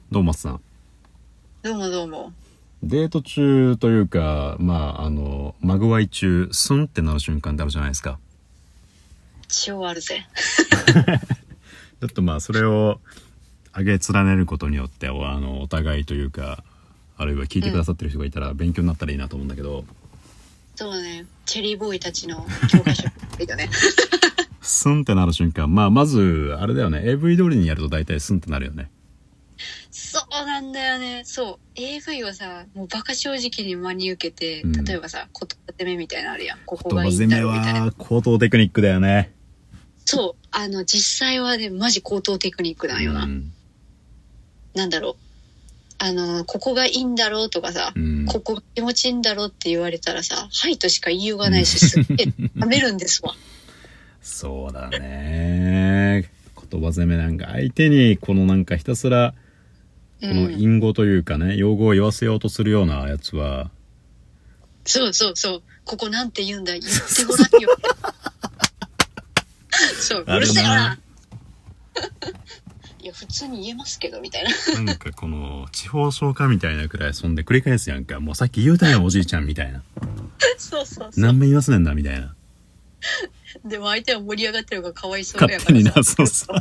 どうもさん。 どうもどうも。 デート中というか、マグワイ中、スンってなる瞬間ってあるじゃないですか。 超あるぜ。 ちょっとそれを上げ連ねることによって、お互いというか、あるいは聞いてくださってる人がいたら勉強になったらいいなと思うんだけど。 そうね。チェリーボーイたちの教科書だね。 スンってなる瞬間、まず、あれだよね。AV 通りにやると大体スンってなるよね。 そうなんだよね。そう。AV はさ、もうバカ正直に真に受けて、例えばさ、言葉攻めみたいなのあるやん。ここがいいんだろうみたいな。 言葉攻めは高等テクニックだよね。 そう。実際はね、マジ高等テクニックなんよな。なんだろう。ここがいいんだろうとかさ、ここが気持ちいいんだろうって言われたらさ、はいとしか言いようがないし、すっげえ舐めるんですわ。 そうだね。言葉攻めなんか相手にこのなんかひたすらこの隠語というかね、用語を言わせようとするようなやつは、 そうそうそう、ここなんて言うんだ、言ってごらんよ。そう、うるせえな。いや普通に言えますけどみたいな。 なんかこの地方消化みたいなくらいそんで繰り返すやんか。もうさっき言うたよおじいちゃんみたいな。 そうそうそう。 何遍言わせねんだみたいな。 でも相手は盛り上がってるからかわいそうやから勝手にな、そうそう。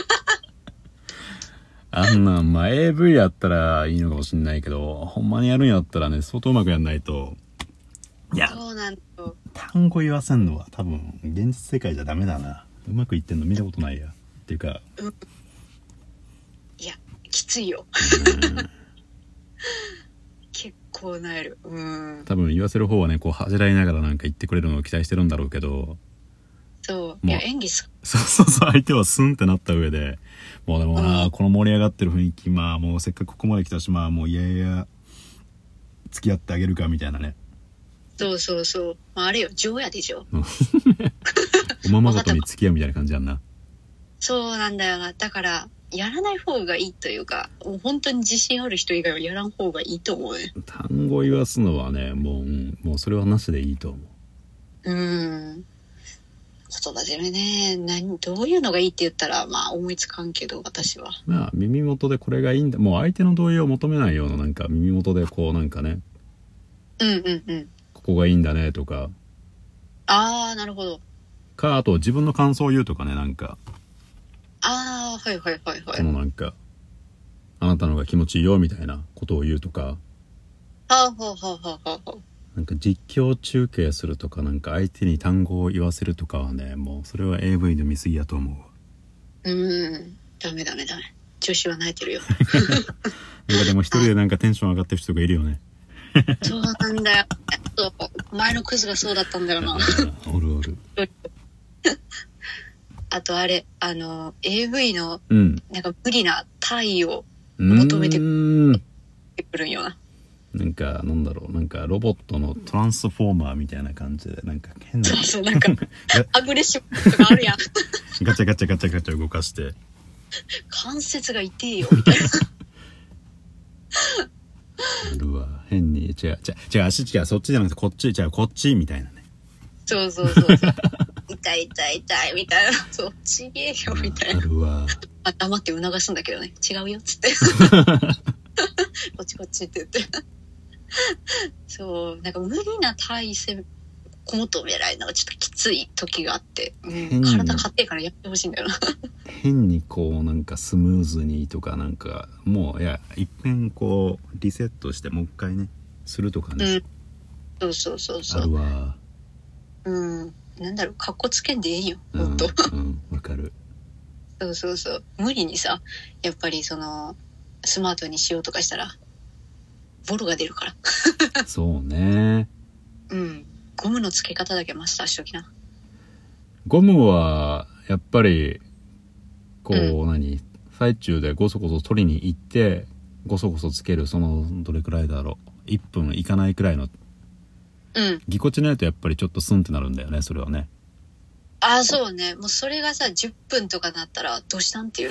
あんなん、AV やったらいいのかもしんないけど、ほんまにやるんやったらね、相当うまくやんないと。いや、 そうなんだよ。 単語言わせんのは多分、現実世界じゃダメだな。うまくいってんの見たことないや。っていうか。 いや、きついよ。結構なえる。 多分言わせる方はね、こう恥じらいながらなんか言ってくれるのを期待してるんだろうけど。 そう。いや、演技そう、相手はスンってなった上で、もうでもな、この盛り上がってる雰囲気、もうせっかくここまで来たし、もういやいや、付き合ってあげるかみたいなね。 そうそうそう。あれよ、情やでしょ。 おままごとに付き合うみたいな感じやんな。 そうなんだよな。だから、やらない方がいいというか、もう本当に自信ある人以外はやらん方がいいと思うね。 単語言わすのはね、もうそれはなしでいいと思う。 言葉攻めね、どういうのがいいって言ったら思いつかんけど、私は耳元でこれがいいんだ、もう相手の同意を求めないような、なんか耳元でこうなんかね、ここがいいんだねとか、 ああなるほどか、あと自分の感想を言うとかね、なんかはいはいはいはい、 このなんかあなたのが気持ちいいよみたいなことを言うとか、なんか実況中継するとか、なんか相手に単語を言わせるとかはね、もうそれは AV の見過ぎやと思う。 ダメ調子は慣れてるよ。 なんかでも一人でなんかテンション上がってる人がいるよね。 そうなんだよ。前のクズがそうだったんだよな。 おるおる。 あとあれ、AV のなんか無理な体位を求めてくるんよな。 なんかなんだろう、なんかロボットのトランスフォーマーみたいな感じで、なんか変な、 そうなんかアグレッシブとかあるやん。 ガチャガチャ動かして関節が痛えよみたいな。 あるわ。変に違う足違う、そっちじゃなくてこっち、こっちみたいなね。 そう痛いみたいな。そうちげえよみたいな。 あるわ。 黙って促すんだけどね、違うよっつってこっちって言ってそうなんか無理な体勢求められるのがちょっときつい時があって、体硬いからやってほしいんだよな。 変にこうなんかスムーズにとか、なんかもう一遍こうリセットしてもう一回ねするとかね、 そうあるわ。 なんだろう、かっこつけんでいいよ、ほんと。 わかる。 そう無理にさ、やっぱりそのスマートにしようとかしたらボロが出るからそうね。 ゴムの付け方だけマスターしときな。 ゴムはやっぱりこう、最中でゴソゴソ取りに行ってゴソゴソつける、そのどれくらいだろう、1分いかないくらいのぎこちないとやっぱりちょっとスンってなるんだよね、それはね。 そうね。もうそれがさ10分とかなったらどうしたんっていう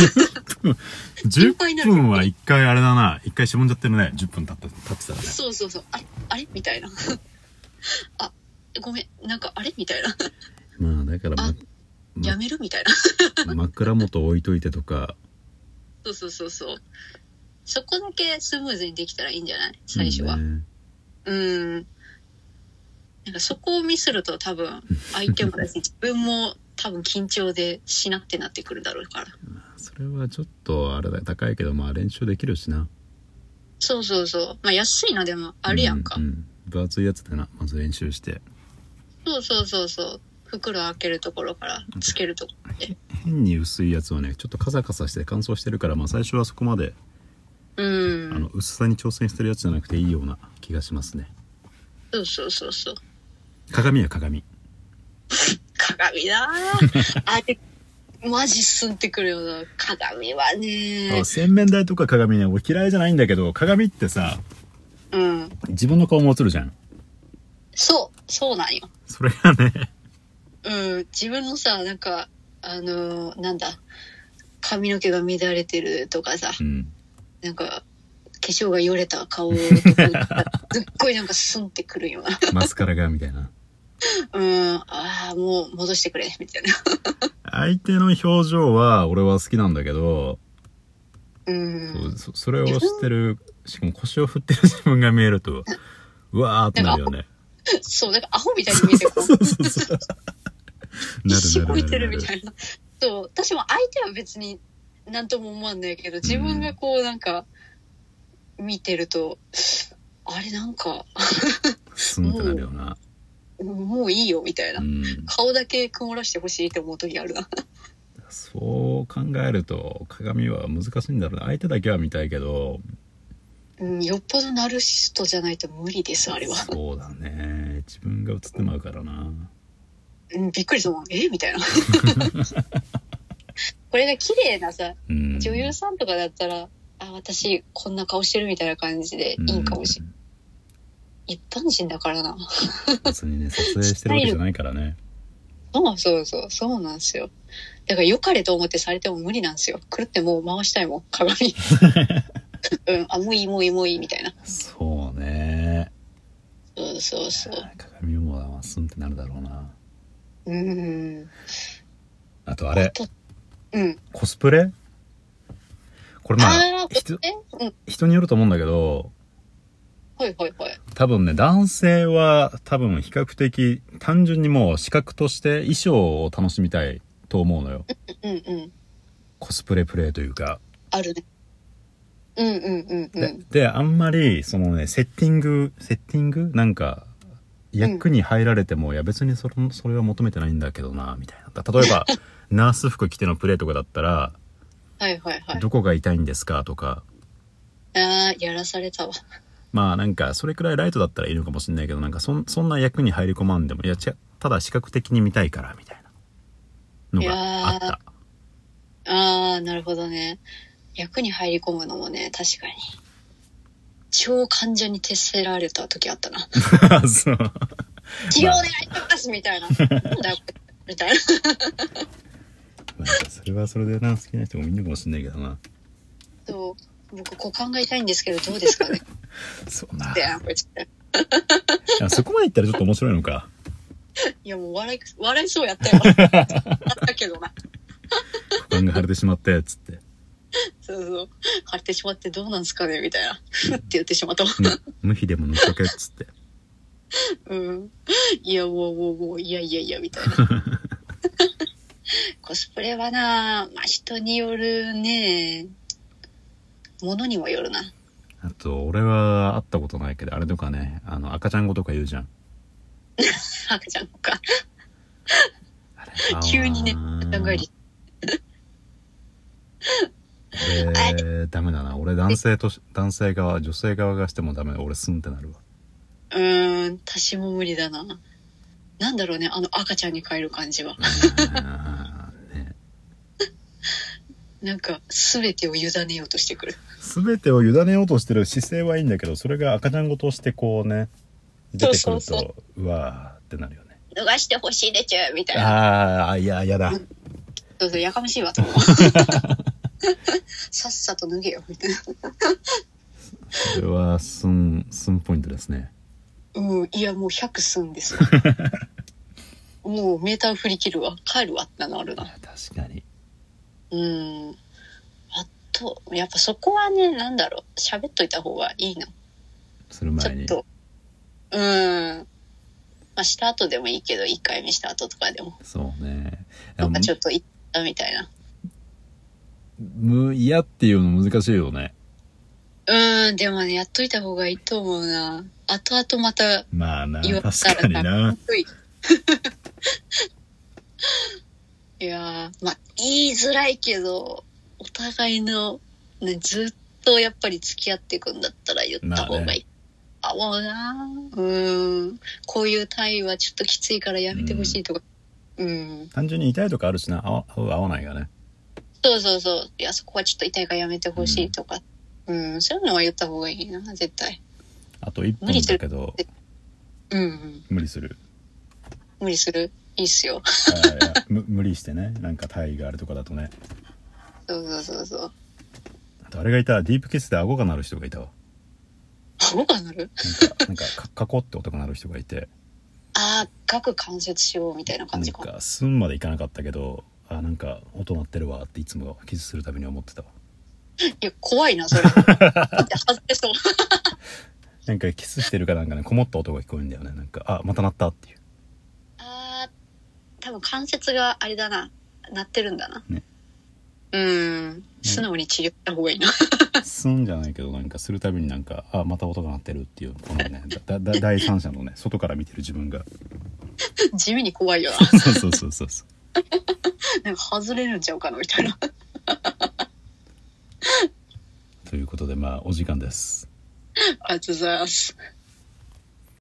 10分は一回あれだな、一回しぼんじゃってるね。10分経ってたらね。 そうあれみたいなごめん、なんかあれみたいなだからやめるみたいな枕元置いといてとか。 そうそこだけスムーズにできたらいいんじゃない最初は。なんかそこをミスると多分相手もだし自分も多分緊張でしなってなってくるだろうから。 それはちょっとあれだ、高いけどまあ練習できるしな。 そうそうそう。まあ安いのでもあるやんか。 分厚いやつでな、まず練習して。 そうそうそうそう。袋開けるところからつけるところで。 変に薄いやつをね、ちょっとカサカサして乾燥してるから、まあ最初はそこまで薄さに挑戦してるやつじゃなくていいような気がしますね。 そうそうそうそう。 鏡や鏡。 鏡だあれマジすんってくるよな。鏡はね。 洗面台とか鏡ね、俺嫌いじゃないんだけど、鏡ってさ、自分の顔も映るじゃん。 そうなんよ。 それがね。 自分のさ、なんかなんだ、髪の毛が乱れてるとかさ、なんか化粧がよれた顔とかすっごいなんかスンってくるよな。 マスカラがみたいな。 ああもう戻してくれみたいな。 相手の表情は俺は好きなんだけど、それをしてる、しかも腰を振ってる自分が見えるとうわーってなるよね。 そう、なんかアホみたいに見えてこう。 そう必死こいてるみたいな。そう、私も相手は別に何とも思わんないけど、自分がこうなんか見てると、あれなんかスンってなるよな。 もういいよみたいな、顔だけ曇らしてほしいって思う時あるな。 そう考えると鏡は難しいんだろうな。相手だけは見たいけど、 よっぽどナルシストじゃないと無理ですあれは。 そうだね、自分が映ってまうからな。 びっくりするもん。みたいな。これが綺麗なさ、女優さんとかだったら、私こんな顔してるみたいな感じでいいんかもしれない。一般人だからな。 別にね、撮影してるわけじゃないからね。 そうなんですよ。だから良かれと思ってされても無理なんですよ。狂ってもう回したいもん、鏡。もういいみたいな。 そうね。 そう。 鏡もスンってなるだろうな。あとあれ、コスプレ？これまあ人によると思うんだけど、多分ね、男性は多分比較的単純にもう視覚として衣装を楽しみたいと思うのよ。コスプレプレイというか。 あるね。 で、あんまりそのね、セッティングなんか役に入られても、いや別にそれは求めてないんだけどなみたいな。例えばナース服着てのプレイとかだったら、どこが痛いんですかとか。 やらされたわ。 まあなんかそれくらいライトだったらいいのかもしれないけど、なんかそんな役に入り込まんでも、いやただ視覚的に見たいからみたいなのがあった。 なるほどね。役に入り込むのもね、確かに超患者に徹せられた時あったな。 そう治療お願いしますみたいな。なんだよみたいな。 それはそれでな、好きな人もいるのかもしれないけどな。 僕股間が痛いんですけどどうですかね。 そうな。 そこまでいったらちょっと面白いのか。 いやもう笑いそうやったよ。だけどな。 股間が腫れてしまってつって。 そう腫れてしまってどうなんすかねみたいな。ふって言ってしまった。 無比でも塗っとけっつって。 いやもういやみたいな。コスプレはな、まあ人によるね。ものにもよるな。 あと俺は会ったことないけど、あれとかね、赤ちゃん語とか言うじゃん。 赤ちゃん語か。急にね、赤ちゃん帰り。 ダメだな。俺男性側、女性側がしてもダメだ。俺スンってなるわ。 私も無理だな。なんだろうね、赤ちゃんに帰る感じは。 ね、 なんか全てを委ねようとしてくる。 全てを委ねようとしてる姿勢はいいんだけど、それが赤ちゃん語としてこうね出てくると、うわーってなるよね。 脱がしてほしいでちゅみたいな。 いやだ。 そうやかましいわと思う。さっさと脱げよみたいな。 それはスンポイントですね。 いやもう100スンですよ。もうメーター振り切るわ、帰るわってなるな。 確かに。 あとやっぱそこはね、なんだろう、喋っといた方がいいの。 する前に。 ちょっとまあした後でもいいけど、1回目した後とかでも。 そうね。 なんかちょっと言ったみたいな。 嫌っていうの難しいよね。 でもね、やっといた方がいいと思うな。後々またまあな、 言われたら確かにな。 いやー、まあ言いづらいけど、お互いの、ね、ずっとやっぱり付き合っていくんだったら言った方がいい。もうな、こういう態はちょっときついからやめてほしいとか。 単純に痛いとかあるしな、合わないがね。 そうそうそう。いや、そこはちょっと痛いからやめてほしいとか。そういうのは言った方がいいな、絶対。 あと1分だけど。無理する。 無理する。いいっすよ。 いや無理してね、なんかタイがあるとかだとね。 そう。 あとあれがいた、ディープキスで顎が鳴る人がいたわ。 顎が鳴る？ なんかカコって音が鳴る人がいて。 顎関節しようみたいな感じか。 なんか寸までいかなかったけど、なんか音鳴ってるわっていつもキスするたびに思ってたわ。 いや怖いなそれ。外れそう。 なんかキスしてるかなんかね、こもった音が聞こえるんだよね。なんかまた鳴ったっていう。 多分関節があれだな、鳴ってるんだな。ね。素直に治療した方がいいな。 すんじゃないけど、なんかするたびになんかまた音が鳴ってるっていう、このね第三者のね、外から見てる自分が地味に怖いよな。 そうなんか外れるんちゃうかなみたいな。 ということで、まあお時間です。 ありがとうございます。